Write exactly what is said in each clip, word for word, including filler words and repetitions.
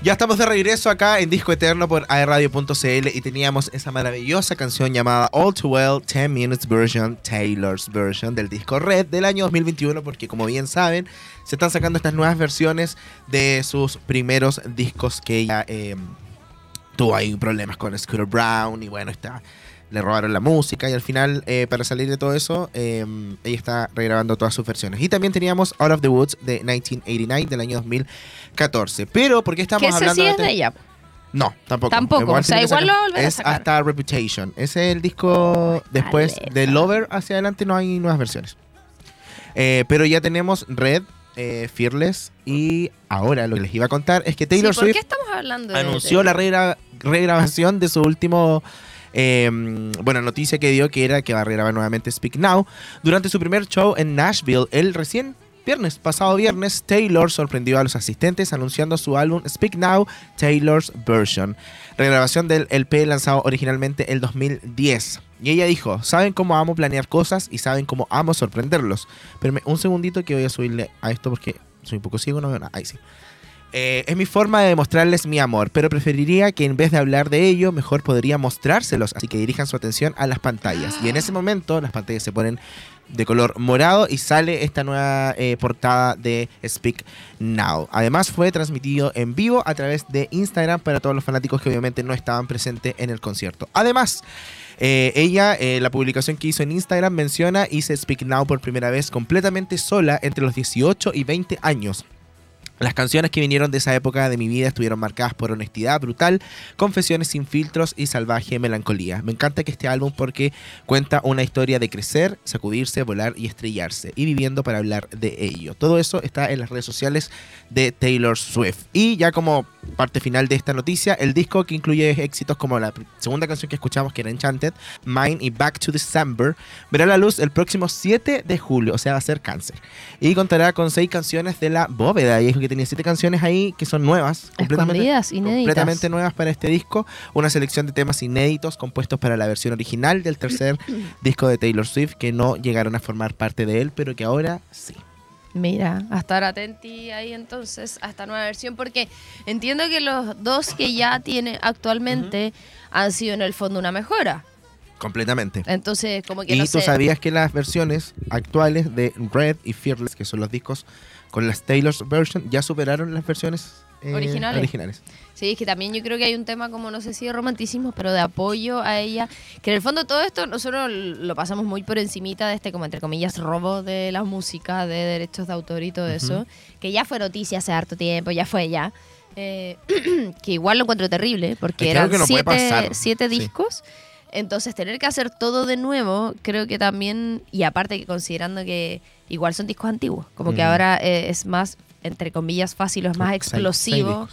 Ya estamos de regreso acá en Disco Eterno por aerradio punto c l y teníamos esa maravillosa canción llamada All Too Well ten minutes Version, Taylor's Version del disco Red del año dos mil veintiuno, porque como bien saben, se están sacando estas nuevas versiones de sus primeros discos que ella eh, tuvo ahí problemas con Scooter Brown y bueno, está... le robaron la música y al final, eh, para salir de todo eso, eh, ella está regrabando todas sus versiones. Y también teníamos Out of the Woods de mil novecientos ochenta y nueve del año dos mil catorce. Pero, ¿por qué estamos ¿Que ese hablando sí de es este? de ella? No, tampoco. Tampoco, Igual o sea, tiene que igual sacar- lo va a volver a Es sacar. hasta Reputation. Ese es el disco después caleta. de Lover hacia adelante, no hay nuevas versiones. Eh, pero ya tenemos Red, eh, Fearless y ahora lo que les iba a contar es que Taylor Sí, ¿por Swift qué estamos hablando de anunció de- la regra- regrabación de su último eh, bueno, noticia que dio, que era que va a regrabar nuevamente Speak Now durante su primer show en Nashville el recién viernes, pasado viernes. Taylor sorprendió a los asistentes anunciando su álbum Speak Now, Taylor's Version, regrabación del L P lanzado originalmente el dos mil diez. Y ella dijo: saben cómo amo planear cosas y saben cómo amo sorprenderlos. Pero un segundito que voy a subirle a esto porque soy un poco ciego, no veo nada. Ahí sí. Eh, es mi forma de demostrarles mi amor, pero preferiría que en vez de hablar de ello, mejor podría mostrárselos, así que dirijan su atención a las pantallas. Y en ese momento las pantallas se ponen de color morado y sale esta nueva eh, portada de Speak Now. Además fue transmitido en vivo a través de Instagram para todos los fanáticos que obviamente no estaban presentes en el concierto. Además, eh, ella, eh, la publicación que hizo en Instagram menciona: hice Speak Now por primera vez completamente sola entre los dieciocho y veinte años. Las canciones que vinieron de esa época de mi vida estuvieron marcadas por honestidad brutal, confesiones sin filtros y salvaje melancolía. Me encanta que este álbum porque cuenta una historia de crecer, sacudirse, volar y estrellarse, y viviendo para hablar de ello. Todo eso está en las redes sociales de Taylor Swift. Y ya como parte final de esta noticia, el disco, que incluye éxitos como la segunda canción que escuchamos, que era Enchanted, Mine y Back to December, verá la luz el próximo siete de julio, o sea, va a ser cáncer. Y contará con seis canciones de la bóveda. Y dijo que tenía siete canciones ahí que son nuevas, completamente, Escondidas, inéditas. completamente nuevas para este disco. Una selección de temas inéditos compuestos para la versión original del tercer disco de Taylor Swift, que no llegaron a formar parte de él, pero que ahora sí. Mira, a estar atenti ahí entonces a esta nueva versión, porque entiendo que los dos que ya tiene actualmente han sido en el fondo una mejora. Completamente. Entonces, como que Y no tú sé. sabías que las versiones actuales de Red y Fearless, que son los discos con las Taylor's Version, ya superaron las versiones eh, Originales. originales. Sí, es que también yo creo que hay un tema como, no sé si de romanticismo, pero de apoyo a ella. Que en el fondo todo esto nosotros lo pasamos muy por encimita de este, como entre comillas, robo de la música, de derechos de autor y todo Ujú. eso. Que ya fue noticia hace harto tiempo, ya fue ya. Eh, que igual lo encuentro terrible, porque Es que algo eran que no puede siete, pasar. siete Sí. discos. Entonces tener que hacer todo de nuevo, creo que también, y aparte que considerando que igual son discos antiguos, como que Mm. ahora eh, es más, entre comillas, fácil o es más Seis- seis explosivo. discos.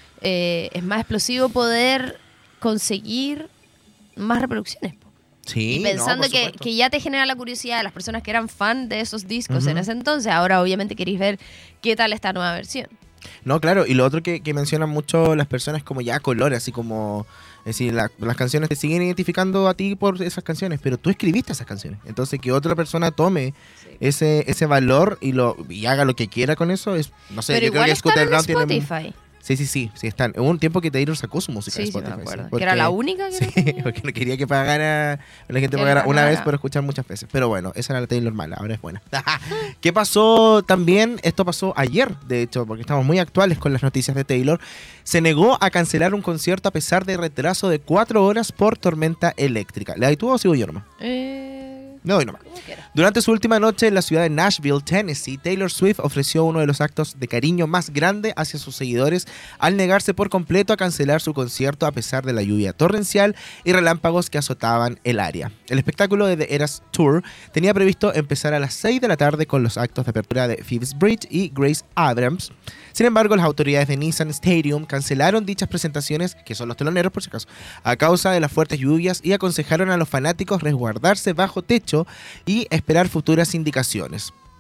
Eh, es más explosivo poder conseguir más reproducciones. po. Sí, Y no, pensando por que, supuesto. que ya te genera la curiosidad de las personas que eran fan de esos discos en Ujú. ese entonces, ahora obviamente queréis ver qué tal esta nueva versión. No, claro, y lo otro que, que mencionan mucho las personas como ya color, así como, es decir, la- las canciones te siguen identificando a ti por esas canciones, pero tú escribiste esas canciones. Entonces que otra persona tome ese ese valor y lo y haga lo que quiera con eso, es, no sé, Pero yo creo igual que están Scooter en Brown tiene... Spotify. Sí, sí, sí, sí están. Hubo un tiempo que Taylor sacó su música Sí, de sí, me Spotify. acuerdo. porque- Que era la única que Sí, lo tenía. porque no quería que pagara, la gente Que pagara le una vez pagara. por escuchar muchas veces. Pero bueno, esa era la Taylor mala, ahora es buena. ¿Qué pasó también? Esto pasó ayer, de hecho, porque estamos muy actuales con las noticias de Taylor. Se negó a cancelar un concierto a pesar de retraso de cuatro horas por tormenta eléctrica. ¿Le tú o sigo yo nomás? Eh, No, voy nomás. como quiera. Durante su última noche en la ciudad de Nashville, Tennessee, Taylor Swift ofreció uno de los actos de cariño más grande hacia sus seguidores al negarse por completo a cancelar su concierto a pesar de la lluvia torrencial y relámpagos que azotaban el área. El espectáculo de The Eras Tour tenía previsto empezar a las seis de la tarde con los actos de apertura de Phoebe Bridge y Grace Abrams. Sin embargo, las autoridades de Nissan Stadium cancelaron dichas presentaciones, que son los teloneros por si acaso, a causa de las fuertes lluvias y aconsejaron a los fanáticos resguardarse bajo techo y esperar futuras indicaciones.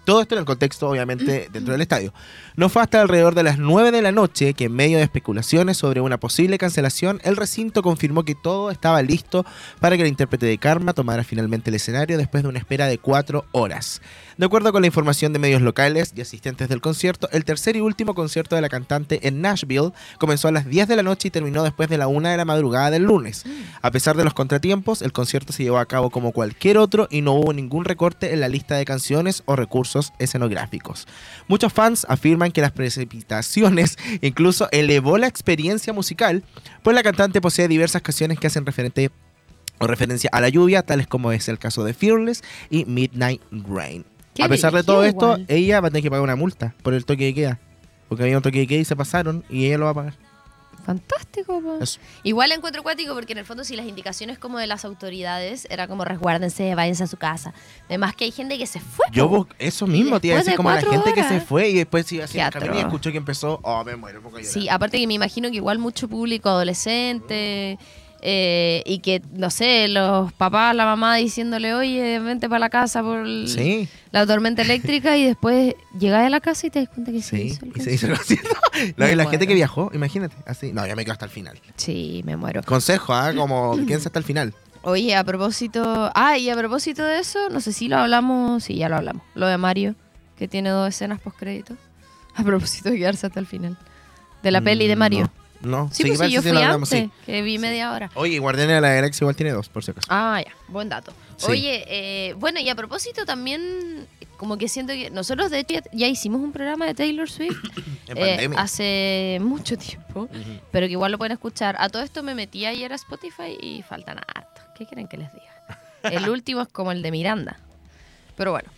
Todo esto en el contexto, obviamente, dentro del estadio. No fue hasta alrededor de las nueve de la noche que, en medio de especulaciones sobre una posible cancelación, el recinto confirmó que todo estaba listo para que el intérprete de Karma tomara finalmente el escenario después de una espera de cuatro horas. De acuerdo con la información de medios locales y asistentes del concierto, el tercer y último concierto de la cantante en Nashville comenzó a las diez de la noche y terminó después de la una de la madrugada del lunes. A pesar de los contratiempos, el concierto se llevó a cabo como cualquier otro y no hubo ningún recorte en la lista de canciones o recursos escenográficos. Muchos fans afirman que las precipitaciones incluso elevó la experiencia musical, pues la cantante posee diversas canciones que hacen referente o referencia a la lluvia, tales como es el caso de Fearless y Midnight Rain. Qué A pesar de todo esto, igual. ella va a tener que pagar una multa por el toque de queda, porque había un toque de queda y se pasaron y ella lo va a pagar. Fantástico, po. Eso. Igual encuentro cuático porque en el fondo si las indicaciones como de las autoridades era como resguárdense, váyanse a su casa. Además que hay gente que se fue. Yo po. vos- eso mismo, Y te iba a después decir de como a la cuatro gente que horas. se fue y después iba así Qué en el camino y atroz. escuchó que empezó, oh, me muero, porque Sí, aparte que me imagino que igual mucho público adolescente eh, y que, no sé, los papás, la mamá diciéndole, oye, vente para la casa por el- Sí, la tormenta eléctrica y después llegas a la casa y te das cuenta que se sí, hizo el y se hizo el concierto. No, Me y la muero. gente que viajó, imagínate, así, no, ya me quedo hasta el final. Sí, me muero. Consejo, ¿ah? Como, quédense hasta el final. Oye, a propósito... Ah, y a propósito de eso, no sé si lo hablamos... Sí, ya lo hablamos. Lo de Mario, que tiene dos escenas post-créditos. A propósito de quedarse hasta el final. De la peli de Mm, Mario. No, no. Sí, pues sí, parece yo que fui lo hablamos, antes, sí. que vi media hora. Oye, Guardianes de la Galaxia igual tiene dos, por si acaso. Ah, ya, buen dato. Sí. Oye, eh, bueno, y a propósito también, como que siento que nosotros de hecho ya, ya hicimos un programa de Taylor Swift En eh, pandemia. hace mucho tiempo, Ujú. pero que igual lo pueden escuchar. A todo esto me metí ayer a Spotify y faltan hartos. ¿Qué quieren que les diga? El último es como el de Miranda. Pero bueno,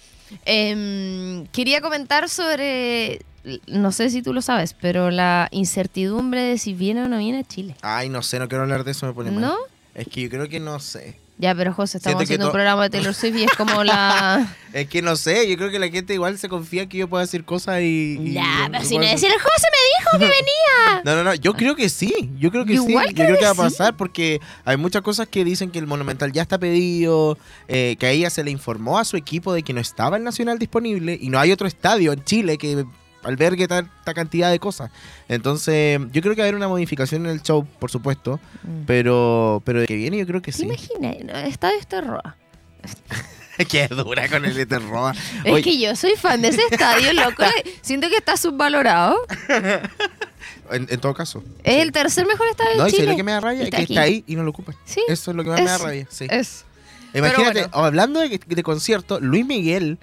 em, quería comentar sobre, no sé si tú lo sabes, pero la incertidumbre de si viene o no viene a Chile. Ay, no sé, no quiero hablar de eso, me pone mal. ¿No? Es que yo creo que no sé. Ya, pero José, estamos Siento que haciendo un to- programa de Taylor Swift y es como la... Es que no sé, yo creo que la gente igual se confía que yo pueda decir cosas y... y- Ya, y- pero y si no puedo decir, el José me dijo que venía. No, no, no, yo creo que sí, yo creo que Igual sí, yo creo creo que que va a sí. pasar porque hay muchas cosas que dicen que el Monumental ya está pedido, eh, que a ella se le informó a su equipo de que no estaba el Nacional disponible y no hay otro estadio en Chile que albergue tanta cantidad de cosas. Entonces, yo creo que va a haber una modificación en el show, por supuesto, pero pero de que viene yo creo que ¿Te sí. imaginas? No, Estadio este roa. Qué dura con el Eterroa. Es que yo soy fan de ese estadio, loco. Siento que está subvalorado. En, en todo caso. Es el tercer mejor estadio No, de y si Chile. lo que me da rabia es Está que aquí. está ahí y no lo ocupan. Sí. Eso es lo que más me da Es- rabia. Sí. Es. Imagínate, Pero bueno. hablando de, de concierto, Luis Miguel.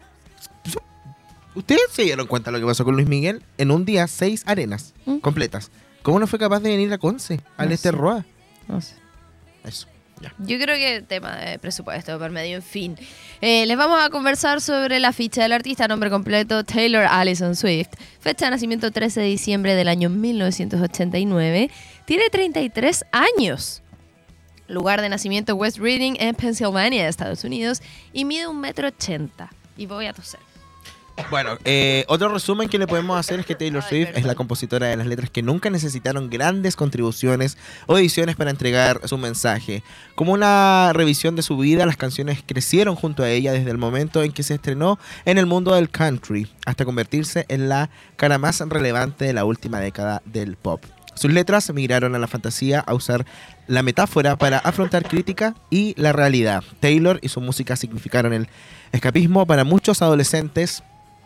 ¿Ustedes se dieron cuenta lo que pasó con Luis Miguel? En un día, seis arenas ¿Mm? completas. ¿Cómo no fue capaz de venir a Conce, al No este sé. Roa? No sé. Eso, ya. Yo creo que tema de presupuesto por medio, en fin. Eh, les vamos a conversar sobre la ficha del artista, nombre completo Taylor Allison Swift. Fecha de nacimiento trece de diciembre del año mil novecientos ochenta y nueve. Tiene treinta y tres años. Lugar de nacimiento West Reading en Pensilvania, Estados Unidos. Y mide un metro ochenta. Y voy a toser. Bueno, eh, otro resumen que le podemos hacer es que Taylor Ay, Swift perdón. es la compositora de las letras que nunca necesitaron grandes contribuciones o ediciones para entregar su mensaje. Como una revisión de su vida, las canciones crecieron junto a ella desde el momento en que se estrenó en el mundo del country, hasta convertirse en la cara más relevante de la última década del pop. Sus letras migraron a la fantasía, a usar la metáfora para afrontar crítica y la realidad. Taylor y su música significaron el escapismo para muchos adolescentes,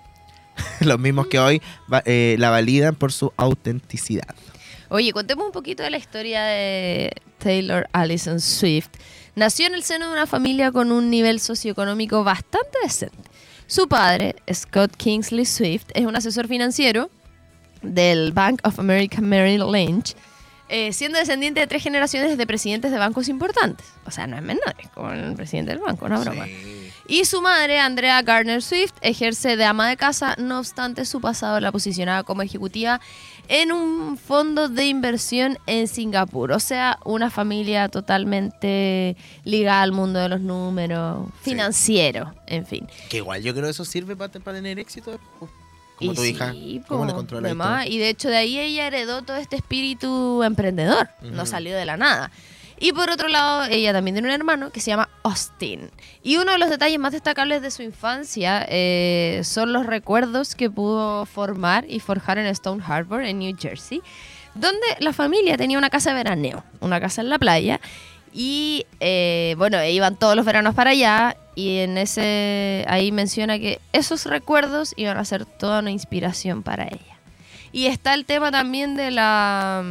los mismos que hoy va- eh, la validan por su autenticidad. Oye, contemos un poquito de la historia de Taylor Allison Swift. Nació en el seno de una familia con un nivel socioeconómico bastante decente. Su padre, Scott Kingsley Swift, es un asesor financiero del Bank of America Merrill Lynch, eh, siendo descendiente de tres generaciones de presidentes de bancos importantes. O sea, no es menor, es como el presidente del banco, no broma. Y su madre, Andrea Garner Swift, ejerce de ama de casa, no obstante su pasado la posicionaba como ejecutiva en un fondo de inversión en Singapur. O sea, una familia totalmente ligada al mundo de los números, Sí. financiero, en fin. Que igual yo creo que eso sirve para, para tener éxito. Como Y tu sí, hija, po, ¿cómo le controla demás. Y de hecho de ahí ella heredó todo este espíritu emprendedor, no Ujú. salió de la nada. Y por otro lado, ella también tiene un hermano que se llama Austin. Y uno de los detalles más destacables de su infancia eh, son los recuerdos que pudo formar y forjar en Stone Harbor, en New Jersey, donde la familia tenía una casa de veraneo, una casa en la playa. Y eh, bueno, iban todos los veranos para allá. Y en ese ahí menciona que esos recuerdos iban a ser toda una inspiración para ella. Y está el tema también de la...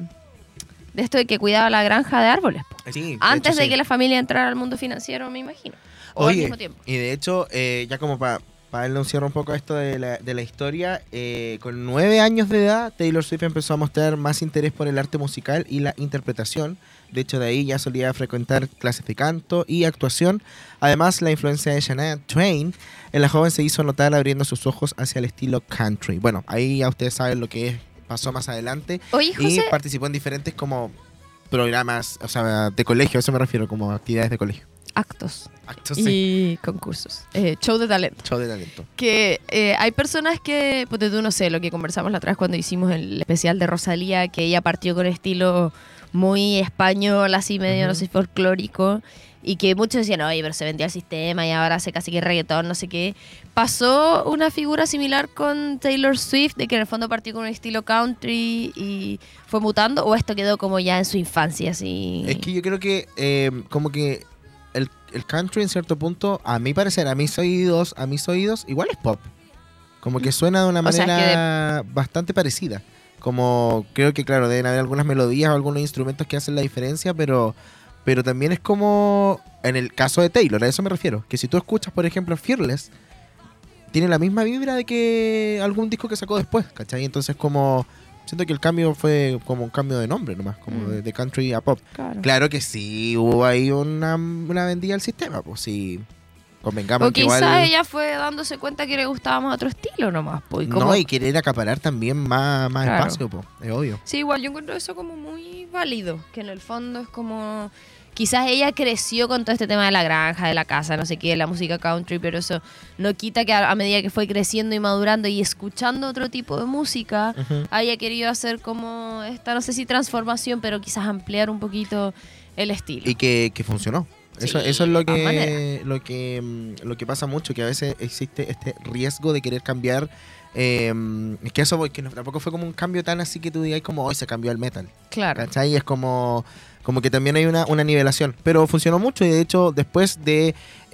de esto de que cuidaba la granja de árboles. Sí, de antes hecho, de sí. que la familia entrara al mundo financiero, me imagino. O Oye, al mismo tiempo. y de hecho, eh, ya como para pa darle un cierre un poco a esto de la, de la historia, eh, con nueve años de edad, Taylor Swift empezó a mostrar más interés por el arte musical y la interpretación. De hecho, de ahí ya solía frecuentar clases de canto y actuación. Además, la influencia de Shania Twain en la joven se hizo notar abriendo sus ojos hacia el estilo country. Bueno, ahí ya ustedes saben lo que es, pasó más adelante. Oye, Y José, participó en diferentes como programas, o sea, de colegio, a eso me refiero, como actividades de colegio. actos Actos, y concursos. Eh, show de talento. show de talento. Que eh, hay personas que, pues tú no sé, lo que conversamos la otra vez cuando hicimos el especial de Rosalía, que ella partió con estilo muy español, así medio, Ujú. no sé, folclórico, y que muchos decían, oye, pero se vendía el sistema y ahora hace casi que reggaetón, no sé qué. Pasó una figura similar con Taylor Swift, de que en el fondo partió con un estilo country y fue mutando, o esto quedó como ya en su infancia, así. Es que yo creo que eh, como que el, el country en cierto punto, a mi parecer, a mis oídos, a mis oídos, igual es pop. Como que suena de una O sea, manera es que bastante parecida. Como creo que, claro, deben haber algunas melodías o algunos instrumentos que hacen la diferencia, pero, pero también es como en el caso de Taylor, a eso me refiero. Que si tú escuchas, por ejemplo, Fearless, tiene la misma vibra de que algún disco que sacó después, ¿cachai? Entonces como... Siento que el cambio fue como un cambio de nombre nomás, como Mm. de, de country a pop. Claro. Claro que sí, hubo ahí una, una vendida al sistema, pues sí. Convengamos O que quizás igual... ella fue dándose cuenta que le gustaba más otro estilo nomás. Pues, y No, como- y querer acaparar también más, más Claro. espacio, pues, es obvio. Sí, igual yo encuentro eso como muy válido, que en el fondo es como... Quizás ella creció con todo este tema de la granja, de la casa, no sé qué, de la música country, pero eso no quita que a, a medida que fue creciendo y madurando y escuchando otro tipo de música, Ujú. haya querido hacer como esta, no sé si transformación, pero quizás ampliar un poquito el estilo. Y que, que funcionó. Eso, Sí, eso es lo de todas que, maneras. lo, que, mm, lo que pasa mucho, que a veces existe este riesgo de querer cambiar. Eh, es que eso voy, que no- tampoco fue como un cambio tan así que tú digas como hoy se cambió al metal. Claro. ¿Cachai? Es como, como que también hay una, una nivelación. Pero funcionó mucho y de hecho después de,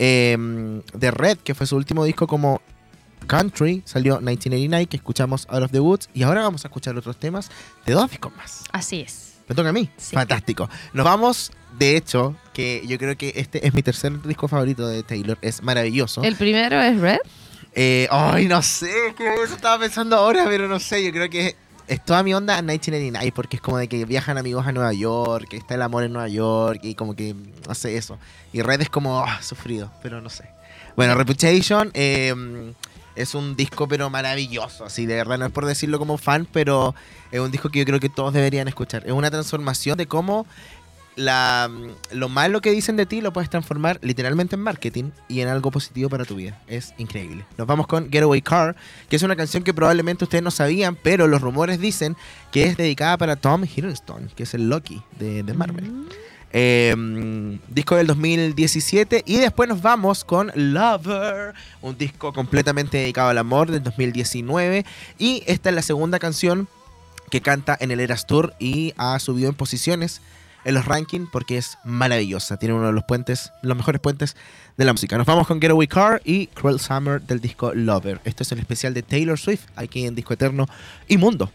eh, de Red, que fue su último disco como country, salió mil novecientos ochenta y nueve, que escuchamos Out of the Woods. Y ahora vamos a escuchar otros temas de dos discos más. Así es. ¿Me toca a mí? Sí. Fantástico. Nos vamos, de hecho, que yo creo que este es mi tercer disco favorito de Taylor. Es maravilloso. El primero es Red. Eh, ay, no sé, que eso estaba pensando ahora, pero no sé, yo creo que es, es toda mi onda mil novecientos ochenta y nueve, porque es como de que viajan amigos a Nueva York, que está el amor en Nueva York, y como que, no sé, eso. Y Red es como, ah, sufrido, pero no sé. Bueno, Reputation eh, es un disco, pero maravilloso, así, de verdad, no es por decirlo como fan, pero es un disco que yo creo que todos deberían escuchar. Es una transformación de cómo la, lo malo que dicen de ti lo puedes transformar literalmente en marketing y en algo positivo para tu vida. Es increíble. Nos vamos con Getaway Car, que es una canción que probablemente ustedes no sabían, pero los rumores dicen que es dedicada para Tom Hiddleston, que es el Loki de, de Marvel. Mm. Eh, disco del dos mil diecisiete. Y después nos vamos con Lover, un disco completamente dedicado al amor del dos mil diecinueve. Y esta es la segunda canción que canta en el Eras Tour y ha subido en posiciones en los rankings porque es maravillosa. Tiene uno de los puentes, los mejores puentes de la música. Nos vamos con Getaway Car y Cruel Summer del disco Lover. Esto es el especial de Taylor Swift aquí en Disco Eterno y Mundo.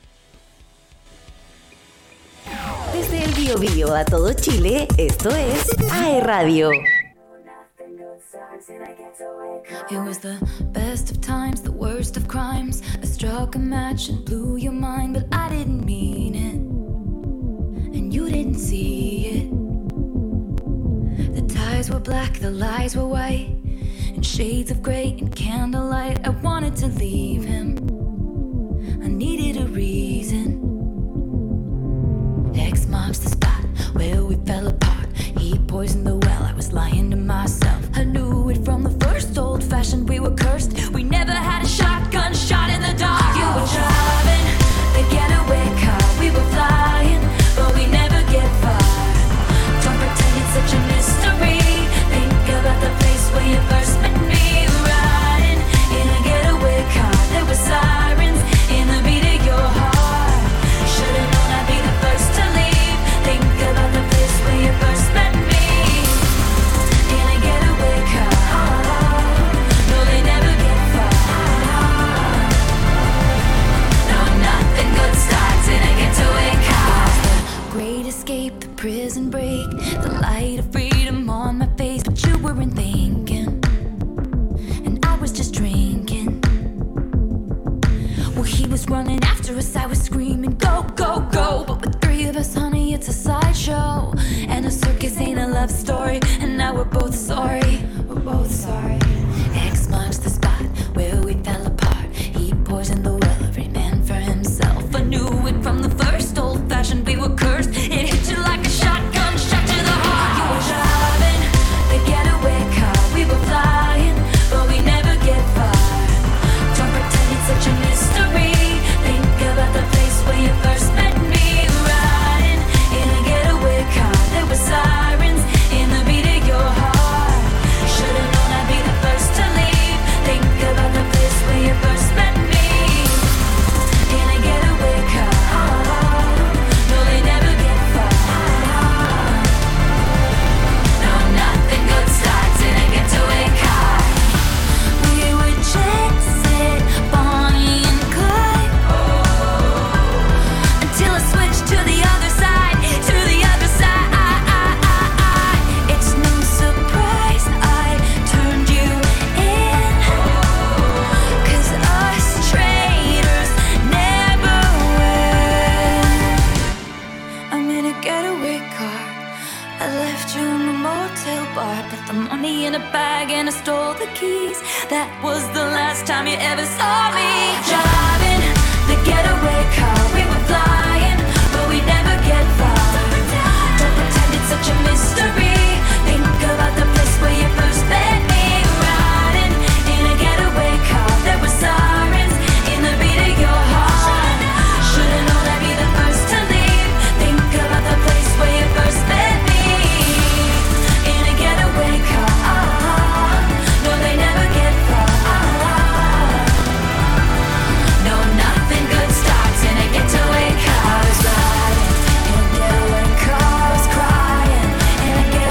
Desde el Bio Bio a todo Chile, esto es A E Radio. It was the best of times, the worst of crimes. I struck a match and blew your mind, but I didn't mean it, and you didn't see it. The ties were black, the lies were white, in shades of grey and candlelight. I wanted to leave him, I needed a reason. X marks the spot where we fell apart. He poisoned the well, I was lying to myself. I knew it from the first, old-fashioned, we were cursed. We never had a shotgun shot in the dark. You were driving the getaway car, we were flying, but we never get far. running after us, I was screaming, go, go, go. But with three of us, honey, it's a sideshow. And a circus ain't a love story. And now we're both sorry. We're both sorry. X marks the spot where we fell apart. He poisoned the well, every man for himself. I knew it from the first, old-fashioned, we were cursed. It hit you like a shotgun, shot to the heart. You were driving the getaway car. We were flying, but we never get far. Don't pretend it's such a mystery. Think about the place where you first met me. Riding in a getaway car. There were sirens in the beat of your heart. Should've known I'd be the first to leave. Think about the place where you first met me. In a getaway car. No, they never get far. No, nothing good starts in a getaway car. We were jet set, Bonnie and Clyde. Until I switched to the other side, to the other side. It's no surprise I turned you in. 'Cause us traitors never win. I'm in a getaway car. I left you in the motel bar. Put the money in a bag and I stole the keys. That was the last time you ever saw me. Driving the getaway car. We were flying, but we never get far. Don't pretend it's such a mystery. Think about the place where you first met me. Riding in a getaway car. There were sirens in the beat of your heart. Should've known I'd be the first to leave. Think about the place where you first met me. In a getaway car. No, they never get far. No, nothing good starts in a getaway car. I was riding in a getaway car. I was crying in a getaway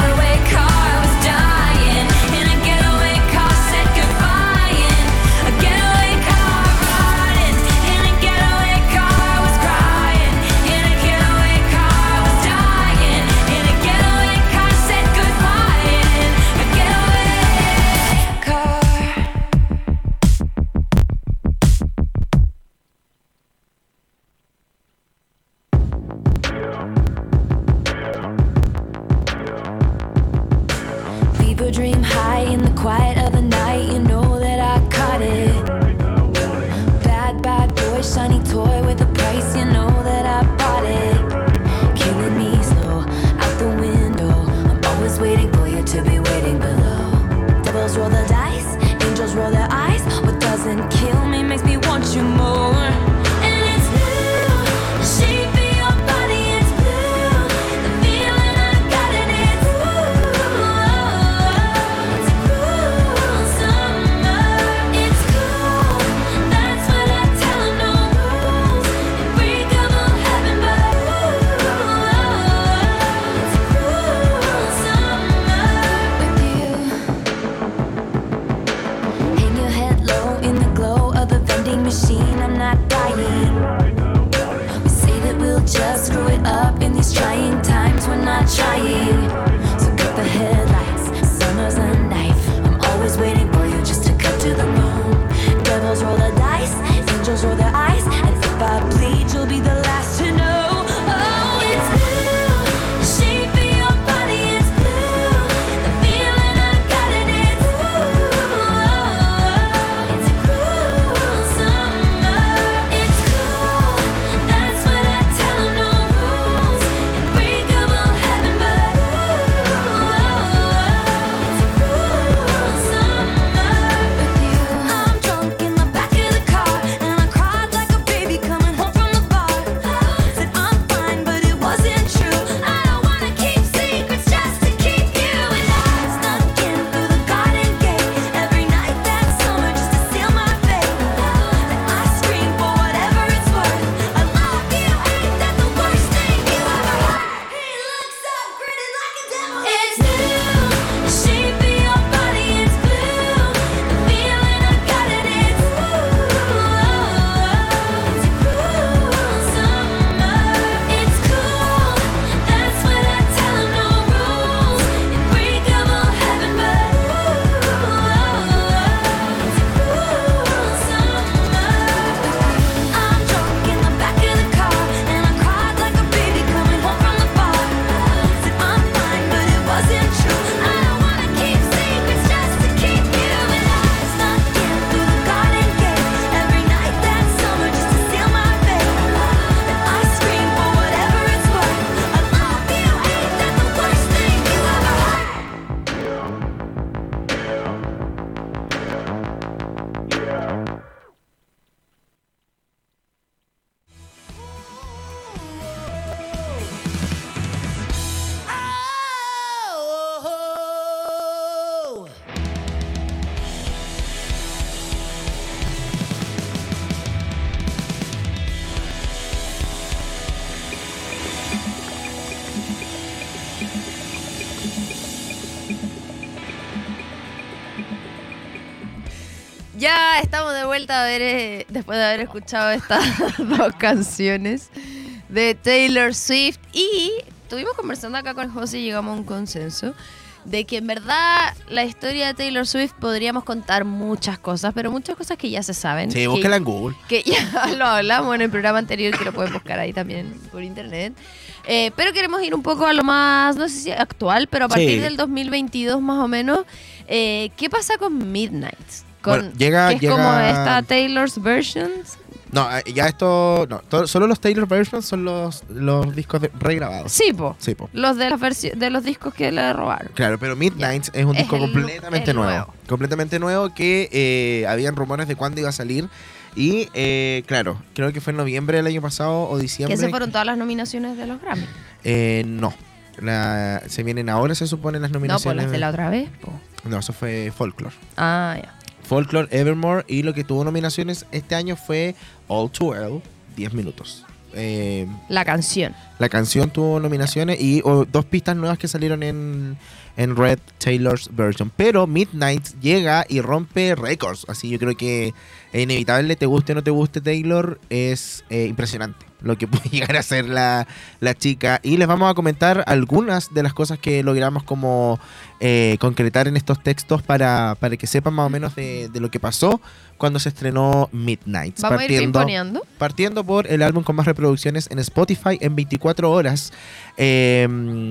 Ya estamos de vuelta a ver, eh, después de haber escuchado estas dos canciones de Taylor Swift. Y estuvimos conversando acá con José y llegamos a un consenso de que en verdad la historia de Taylor Swift podríamos contar muchas cosas, pero muchas cosas que ya se saben. Sí, búsquela en Google. Que ya lo hablamos en el programa anterior, que lo pueden buscar ahí también por internet. Eh, pero queremos ir un poco a lo más, no sé si actual, pero a partir Sí. del dos mil veintidós más o menos. Eh, ¿Qué pasa con Midnight? Con, Bueno, llega- que es llega- como esta Taylor's Versions. No, eh, ya esto. No, to- solo los Taylor versions son los, los discos de- regrabados. Sí, po. Sí, po. Los de, las versi- de los discos que le robaron. Claro, pero Midnight es un Es disco el- completamente el nuevo. nuevo. Completamente nuevo que eh, habían rumores de cuándo iba a salir. Y eh, claro, creo que fue en noviembre del año pasado o diciembre. Que se fueron todas las nominaciones de los Grammy. Eh, no. La- se vienen ahora, se suponen las No, pues nominaciones. las de la otra vez, po. No, eso fue Folklore. Ah, ya. Folklore, Evermore. Y lo que tuvo nominaciones este año fue All Too Well, diez minutos. Eh, La canción. la canción tuvo nominaciones y o, dos pistas nuevas que salieron en, en Red Taylor's Version. Pero Midnight llega y rompe récords. Así yo creo que es inevitable, te guste o no te guste Taylor, es eh, impresionante lo que puede llegar a ser la, la chica. Y les vamos a comentar algunas de las cosas que logramos como eh, concretar en estos textos para, para que sepan más o menos de, de lo que pasó cuando se estrenó Midnight. Vamos a ir pimponeando. Partiendo por el álbum con más reproducciones en Spotify en veinticuatro horas. Eh,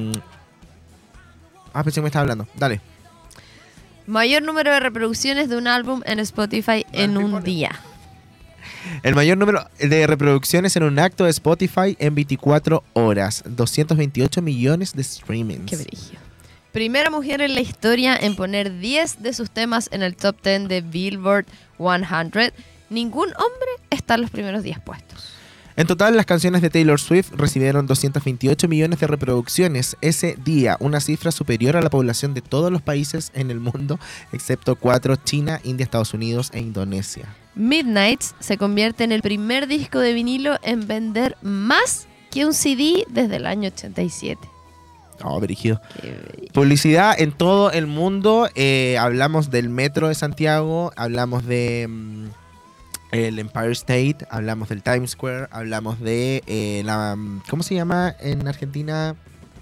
ah, pensé que me estaba hablando. Dale. Mayor número de reproducciones de un álbum en Spotify en un pimponeo. día. El mayor número de reproducciones en un acto de Spotify en veinticuatro horas. doscientos veintiocho millones de streamings. Qué brillo. Primera mujer en la historia en poner diez de sus temas en el top diez de Billboard cien. Ningún hombre está en los primeros diez puestos. En total, las canciones de Taylor Swift recibieron doscientos veintiocho millones de reproducciones ese día, una cifra superior a la población de todos los países en el mundo, excepto cuatro: China, India, Estados Unidos e Indonesia. Midnight se convierte en el primer disco de vinilo en vender más que un C D desde el año ochenta y siete. Oh, brígido. Qué brillo. Publicidad en todo el mundo. Eh, hablamos del Metro de Santiago, hablamos de mm, el Empire State, hablamos del Times Square, hablamos de eh, la mm, ¿cómo se llama en Argentina?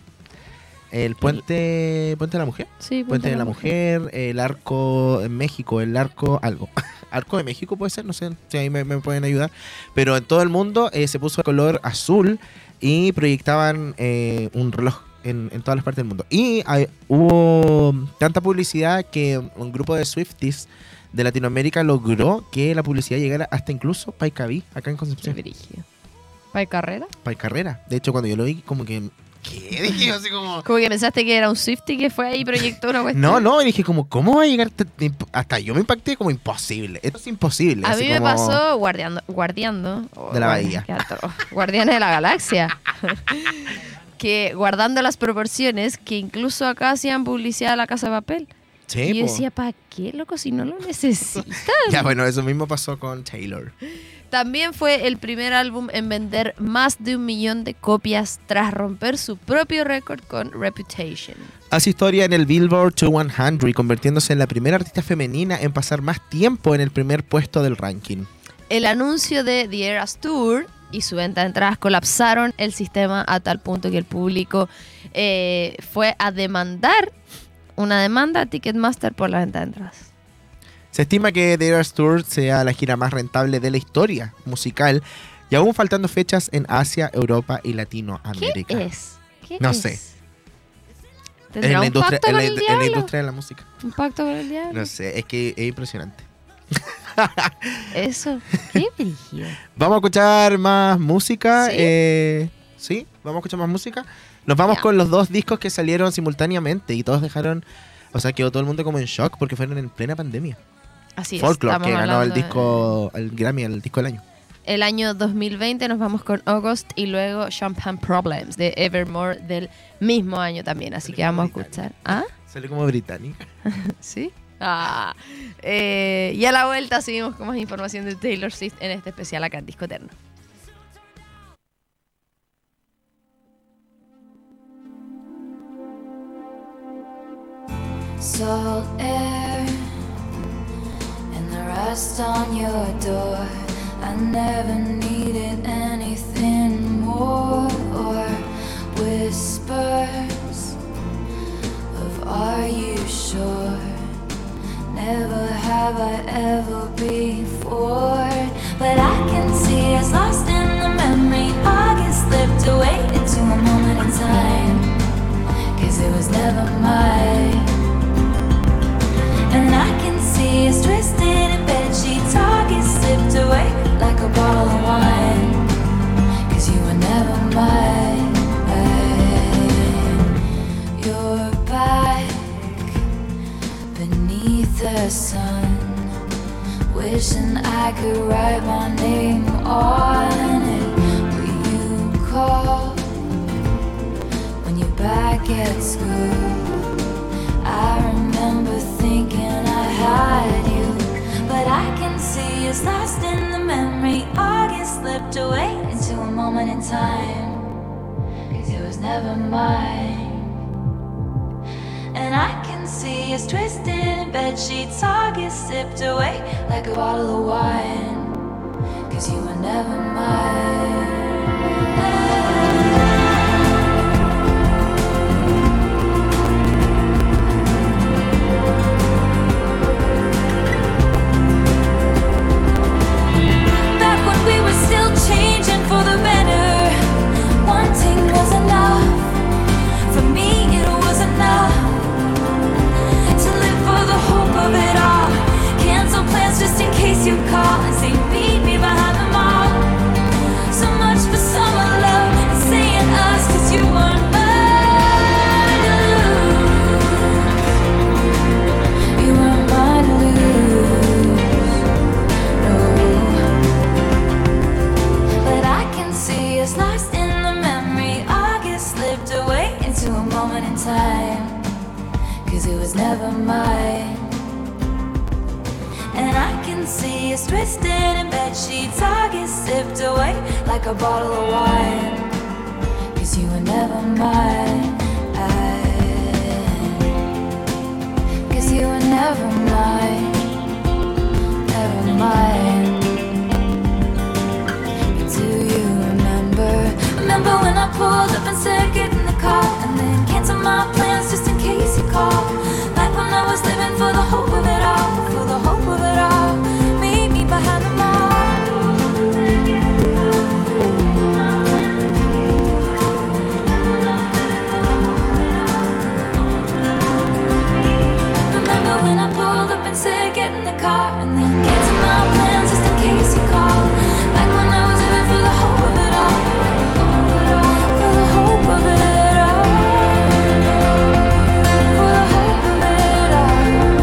El puente puente de la mujer. Sí, Puente de la mujer, el arco en México, el arco algo. Arco de México puede ser, no sé si ahí me, me pueden ayudar. Pero en todo el mundo eh, se puso de color azul y proyectaban eh, un reloj en, en todas las partes del mundo. Y hay- hubo tanta publicidad que un grupo de Swifties de Latinoamérica logró que la publicidad llegara hasta incluso Paicaví, acá en Qué Concepción. brillo. ¿Para carrera? Paicarrera. De hecho, cuando yo lo vi, como que... ¿Qué? Dije así como... Como que pensaste que era un Swiftie que fue ahí y proyectó una cuestión. No, no, y dije como, ¿cómo va a llegar? t- imp- Hasta yo me impacté como imposible. Esto es imposible. A así mí me como- pasó guardiando, guardiando oh, De la guardi- bahía. qué alto. Guardianes de la galaxia. Que guardando las proporciones, que incluso acá hacían publicidad a la Casa de Papel. Sí, y yo po. decía, ¿para qué, loco, si no lo necesitan? Ya, bueno, eso mismo pasó con Taylor. También fue el primer álbum en vender más de un millón de copias tras romper su propio récord con Reputation. Hace historia en el Billboard cien, convirtiéndose en la primera artista femenina en pasar más tiempo en el primer puesto del ranking. El anuncio de The Eras Tour y su venta de entradas colapsaron el sistema a tal punto que el público eh, fue a demandar una demanda a Ticketmaster por la venta de entradas. Se estima que The Eras Tour sea la gira más rentable de la historia musical y aún faltando fechas en Asia, Europa y ¿Qué Latinoamérica. es? ¿Qué No es? sé. ¿Tendrá En la, un industria, pacto en, con la, el en la diablo? industria de la música. ¿Un pacto con el diablo? No sé, es que es impresionante. Eso. Qué brígido. Vamos a escuchar más música. ¿Sí? eh, ¿Sí? Vamos a escuchar más música. Nos vamos Ya. con los dos discos que salieron simultáneamente y todos dejaron, o sea, quedó todo el mundo como en shock porque fueron en plena pandemia. Así es. Folklore, estamos que ganó el hablando de- disco, el Grammy, el disco del año. El año dos mil veinte nos vamos con August y luego Champagne Problems de Evermore del mismo año también. Así que vamos a escuchar. ¿Ah? Salió como británica. ¿Sí? Ah. Eh, y a la vuelta seguimos con más información de Taylor Swift en este especial acá en Disco Eterno. Salt air and the just on your door. I never needed anything more, or whispers of are you sure? Never have I ever before. But I can see us lost in the memory. August slipped away into a moment in time, 'cause it was never mine. And I can see us twisted in bedsheets. August slipped away like a bottle of wine, 'cause you were never mine. You're back beneath the sun, wishing I could write my name on it. Will you call when you're back at school? I remember thinking I had you, but I can see us lost in the memory. August slipped away into a moment in time, 'cause it was never mine. And I can see us twisted in bedsheets. August sipped away like a bottle of wine, 'cause you were never mine. Back when we were still changing for the better, wanting was enough. For me it was enough to live for the hope of it all. Cancel plans just in case you call and say meet me behind the mall. So much for summer love and saying us, 'cause you weren't mine to lose. You weren't mine to lose, no. But I can see us lost in the memory. August slipped away into a moment in time, 'cause it was never mine. And I can see us twisted in bedsheets. August sipped away like a bottle of wine, 'cause you were never mine. Cause you were never mine, never mine. But do you remember, remember when I pulled up and said get in the car, and then canceled my plans just in case you called? Like when I was living for the hope of it all, for the hope of it all. Meet me behind the mall. Remember when I pulled up and said get in the car, and then canceled my plans just in case you called? Like when I was living for the hope of it all, for the hope of it all, for the hope of it all.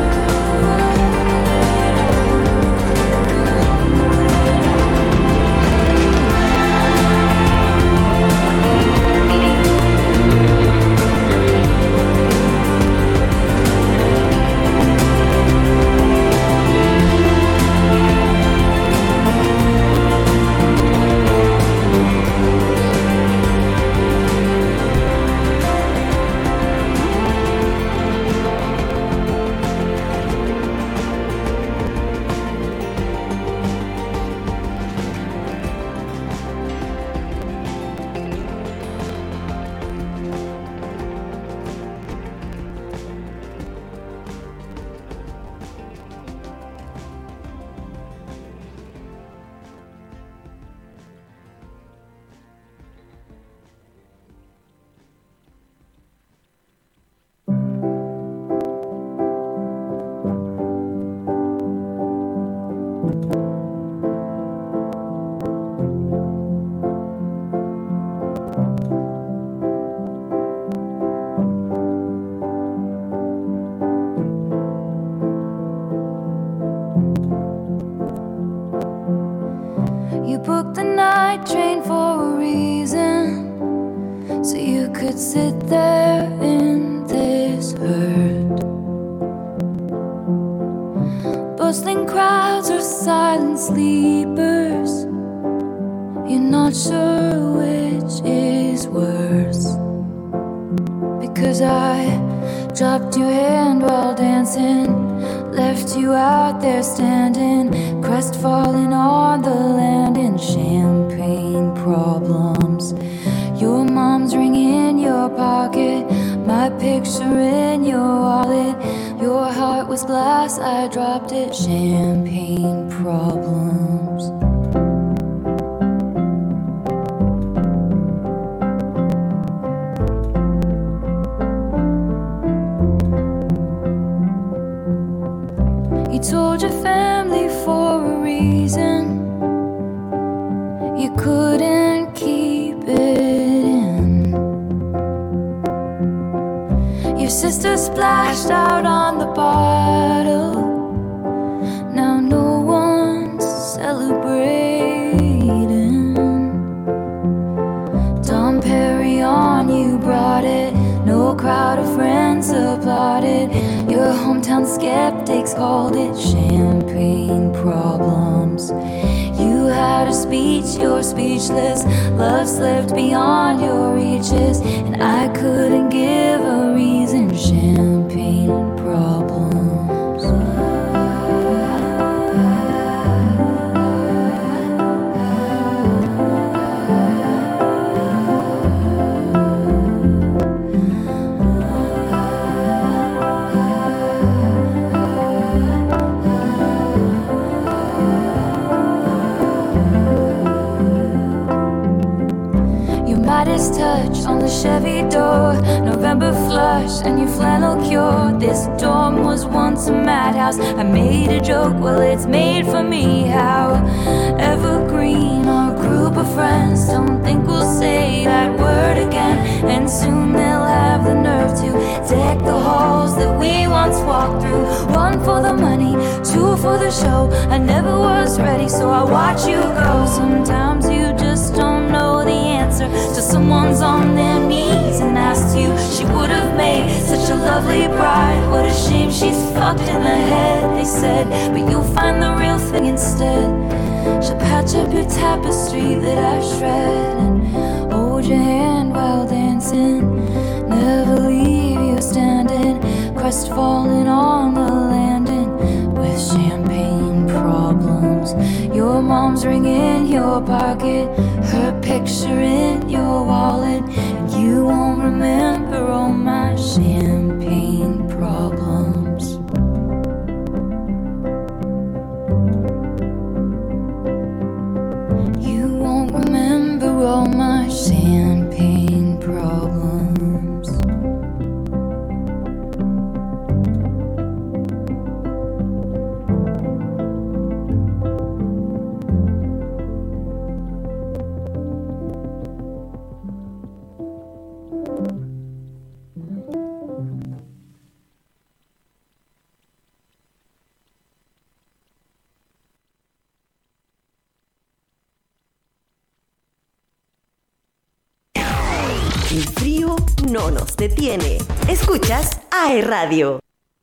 You booked the night train for a reason, so you could sit there in this herd. Bustling crowds or silent sleepers, you're not sure which is worse. Because I dropped your hand while dancing left you out there standing, crestfallen on the land in champagne problems. Your mom's ring in your pocket, my picture in your wallet. Your heart was glass, I dropped it. Champagne problems. You told your family for a reason you couldn't keep it in. Your sister splashed out on the bottle. Now no one's celebrating. Dom Perignon, you brought it. No crowd of friends applauded. Your hometown skeptics called it champagne problems. You had a speech, you're speechless. Love slipped beyond your reaches, and I couldn't give a reason. Champagne problems. Midas touch on the Chevy door, November flush and your flannel cure. This dorm was once a madhouse. I made a joke, well it's made for me. How evergreen our group of friends. Don't think we'll say that word again, and soon they'll have the nerve to deck the halls that we once walked through. One for the money, two for the show. I never was ready, so I watch you go. Sometimes you just don't know the answer to someone's on their knees and asked you. She would have made such a lovely bride. What a shame she's fucked in the head, they said, but you'll find the real thing instead. She'll patch up your tapestry that I shred and hold your hand while dancing. Never leave you standing, crestfallen on the landing with champagne problems. Your mom's ring in your pocket, her picture in your wallet, and you won't remember all my champagne problems. You won't remember all my champagne problems. El frío no nos detiene. Escuchas A E Radio.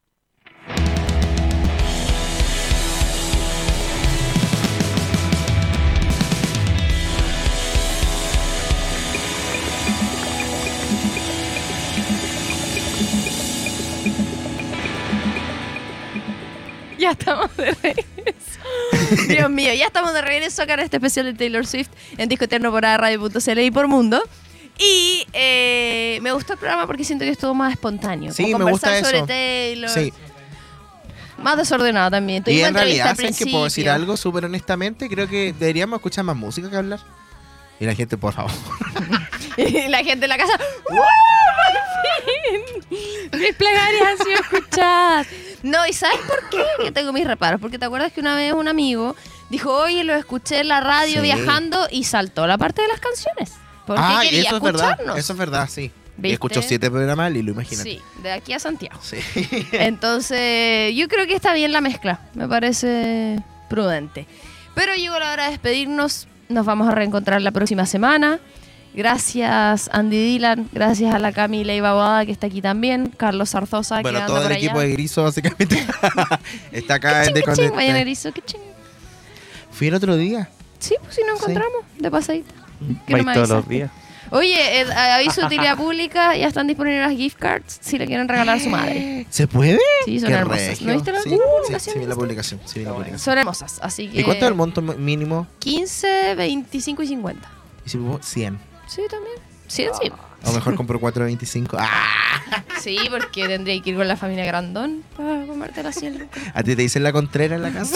Ya estamos de regreso. Dios mío, ya estamos de regreso acá en este especial de Taylor Swift en Disco Eterno por a radio punto c l y por Mundo. Y eh, me gustó el programa porque siento que es todo más espontáneo. Sí, como me gusta conversar sobre eso. Taylor. Sí. Más desordenado también. Y Tuvimos en entrevista realidad, al ¿sabes que puedo decir principio. algo súper honestamente? Creo que deberíamos escuchar más música que hablar. Y la gente, por favor. Y la gente en la casa. ¡Uh! ¡Por fin! Mis plegarias han sido escuchadas. No, ¿y sabes por qué? Que tengo mis reparos. Porque te acuerdas que una vez un amigo dijo, oye, lo escuché en la radio Sí. viajando y saltó la parte de las canciones. Porque Ah, quería eso es verdad. escucharnos. Eso es verdad, sí. ¿Viste? Escucho siete programas, Lilo, imagínate. Sí, de aquí a Santiago. Sí. Entonces, yo creo que está bien la mezcla. Me parece prudente. Pero llegó la hora de despedirnos. Nos vamos a reencontrar la próxima semana. Gracias, Andy Dylan. Gracias a la Cami Leiva Boada, que está aquí también. Carlos Zarzosa, Bueno, que anda todo por el allá. equipo de Griso, básicamente, está acá en ¿Qué ching, qué ching? Desconecta. Vayan a Erizo, qué ching. Fui el otro día. Sí, pues si nos Sí. encontramos de pasadita. ¿Qué Vais no me todos los avisaste? días. Oye, eh, aviso de utilidad pública, ya están disponibles las gift cards si le quieren regalar a su madre. ¿Se puede? Sí, son Qué hermosas. regio. ¿No viste la sí, publicación? Sí, sí, vi la publicación. Sí, vi la publicación. Son hermosas, así que... ¿Y cuánto es el monto mínimo? quince, veinticinco y cincuenta. ¿Y si pongo cien? Sí, también. cien, sí. O mejor compro cuatro de veinticinco. ¡Ah! Sí, porque tendría que ir con la familia Grandón para comerte la cien lucas. ¿A ti te dicen la Contreras en la casa?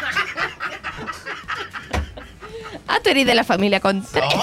Ah, tú eres de la familia Contreras.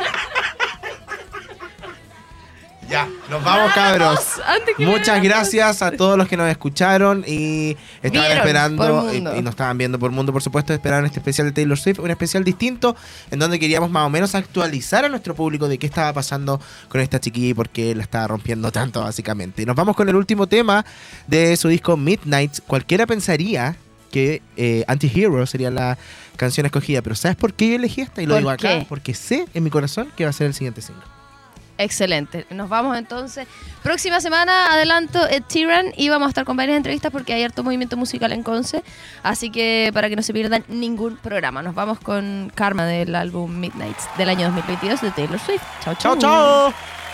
Ya, nos vamos, cabros. Antes que Muchas me- gracias a todos los que nos escucharon y estaban Vieron esperando por y, mundo. y nos estaban viendo por mundo, por supuesto, esperaron este especial de Taylor Swift, un especial distinto en donde queríamos más o menos actualizar a nuestro público de qué estaba pasando con esta chiquilla y por qué la estaba rompiendo tanto, básicamente. Y nos vamos con el último tema de su disco Midnight. Cualquiera pensaría que eh, Anti-Hero sería la canción escogida, pero ¿sabes por qué yo elegí esta? Y lo ¿Por digo acá qué? porque sé en mi corazón que va a ser el siguiente single. Excelente. Nos vamos entonces. Próxima semana, adelanto, Ed Sheeran, y vamos a estar con varias entrevistas porque hay harto movimiento musical en Conce. Así que para que no se pierdan ningún programa. Nos vamos con Karma del álbum Midnight del año dos mil veintidós de Taylor Swift. Chao, chao. ¡Chao, chao!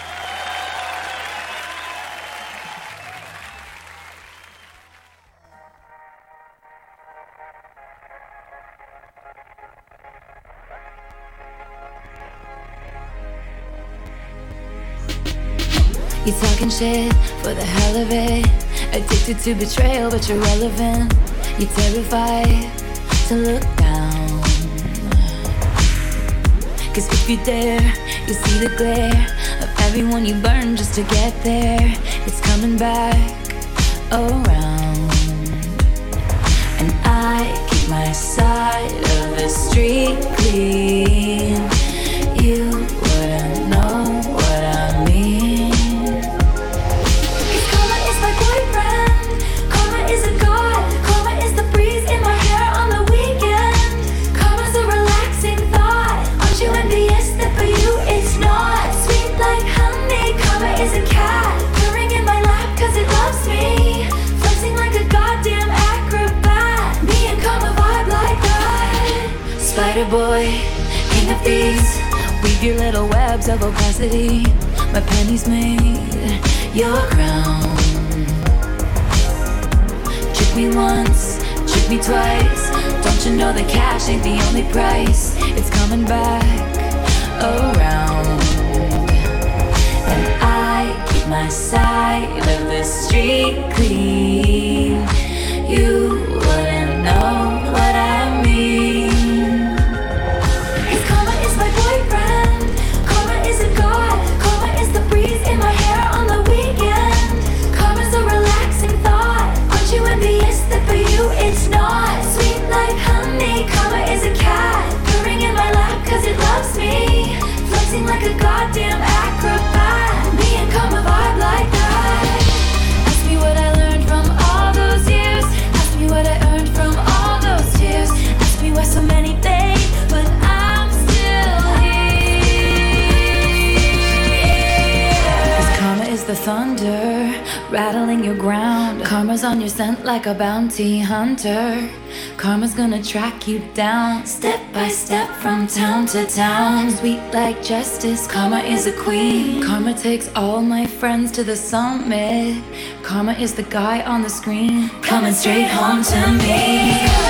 You talking shit for the hell of it. Addicted to betrayal, but you're relevant. You're terrified to look down. Cause if you dare, you see the glare of everyone you burn just to get there. It's coming back around. And I keep my side of the street clean. You wouldn't know what I mean. Karma is my boyfriend. Karma is a god. Karma is the breeze in my hair on the weekend. Karma's a relaxing thought. Aren't you envious that for you it's not? Sweet like honey. Karma is a cat purring in my lap cause it loves me. Flexing like a goddamn acrobat. Me and Karma vibe like that. Spider boy, king of thieves. Weave your little webs of opacity. My pennies made your crown. Trick me once, trick me twice. Don't you know that cash ain't the only price? It's coming back around. And I keep my side of the street clean. You wouldn't know what I mean. Cause karma is my boyfriend. Karma is a god. Karma is the breeze in my hair on the weekend. Karma's a relaxing thought. Aren't you envious that for you it's not? Sweet like honey. Karma is a cat purring in my lap cause it loves me. Flexing like a goddamn acrobat. Me and Karma vibe like that. Ask me what I learned from all those years. Ask me what I earned from all those tears. Ask me why so many fade, but I'm still here. Cause karma is the thunder rattling your ground. Karma's on your scent like a bounty hunter. Karma's gonna track you down, step by step from town to town. Sweet like justice, karma is a queen. Karma takes all my friends to the summit. Karma is the guy on the screen, coming straight home to me.